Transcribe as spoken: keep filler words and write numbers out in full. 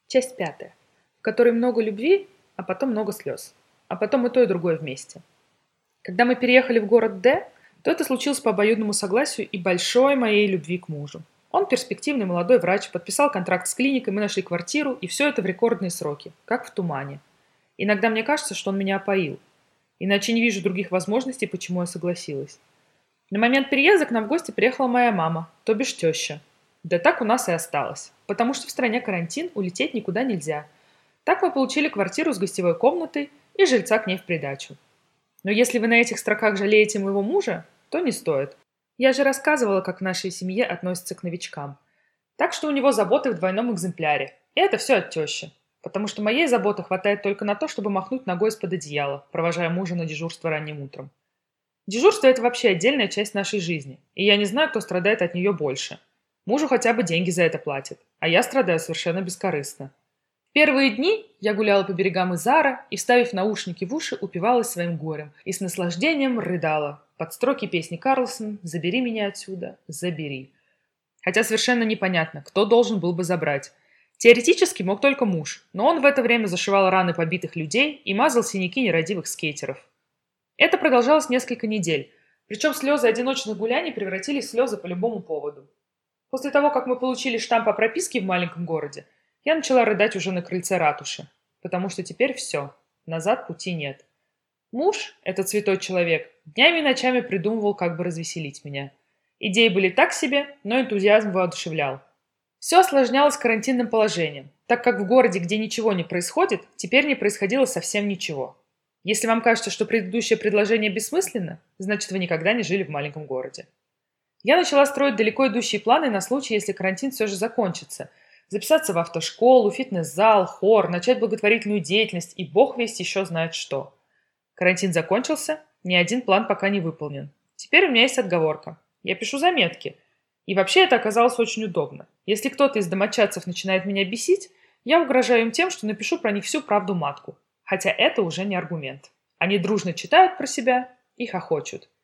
Часть пятая, в которой много любви, а потом много слез. А потом и то, и другое вместе. Когда мы переехали в город Д, то это случилось по обоюдному согласию и большой моей любви к мужу. Он перспективный молодой врач, подписал контракт с клиникой, мы нашли квартиру, и все это в рекордные сроки, как в тумане. Иногда мне кажется, что он меня опоил. Иначе не вижу других возможностей, почему я согласилась. На момент переезда к нам в гости приехала моя мама, то бишь теща. Да так у нас и осталось, потому что в стране карантин, улететь никуда нельзя. Так мы получили квартиру с гостевой комнатой и жильца к ней в придачу. Но если вы на этих строках жалеете моего мужа, то не стоит. Я же рассказывала, как в нашей семье относятся к новичкам. Так что у него заботы в двойном экземпляре. И это все от тещи. Потому что моей заботы хватает только на то, чтобы махнуть ногой из-под одеяла, провожая мужа на дежурство ранним утром. Дежурство – это вообще отдельная часть нашей жизни. И я не знаю, кто страдает от нее больше. Мужу хотя бы деньги за это платят. А я страдаю совершенно бескорыстно. В первые дни я гуляла по берегам Изара и, вставив наушники в уши, упивалась своим горем и с наслаждением рыдала под строки песни Карлсон «Забери меня отсюда, забери». Хотя совершенно непонятно, кто должен был бы забрать. Теоретически мог только муж, но он в это время зашивал раны побитых людей и мазал синяки нерадивых скейтеров. Это продолжалось несколько недель, причем слезы одиночных гуляний превратились в слезы по любому поводу. После того, как мы получили штамп о прописке в маленьком городе, я начала рыдать уже на крыльце ратуши, потому что теперь все, назад пути нет. Муж, этот святой человек, днями и ночами придумывал, как бы развеселить меня. Идеи были так себе, но энтузиазм воодушевлял. Все осложнялось карантинным положением, так как в городе, где ничего не происходит, теперь не происходило совсем ничего. Если вам кажется, что предыдущее предложение бессмысленно, значит, вы никогда не жили в маленьком городе. Я начала строить далеко идущие планы на случай, если карантин все же закончится. Записаться в автошколу, фитнес-зал, хор, начать благотворительную деятельность и бог весть еще знает что. Карантин закончился, ни один план пока не выполнен. Теперь у меня есть отговорка. Я пишу заметки. И вообще это оказалось очень удобно. Если кто-то из домочадцев начинает меня бесить, я угрожаю им тем, что напишу про них всю правду матку. Хотя это уже не аргумент. Они дружно читают про себя и хохочут.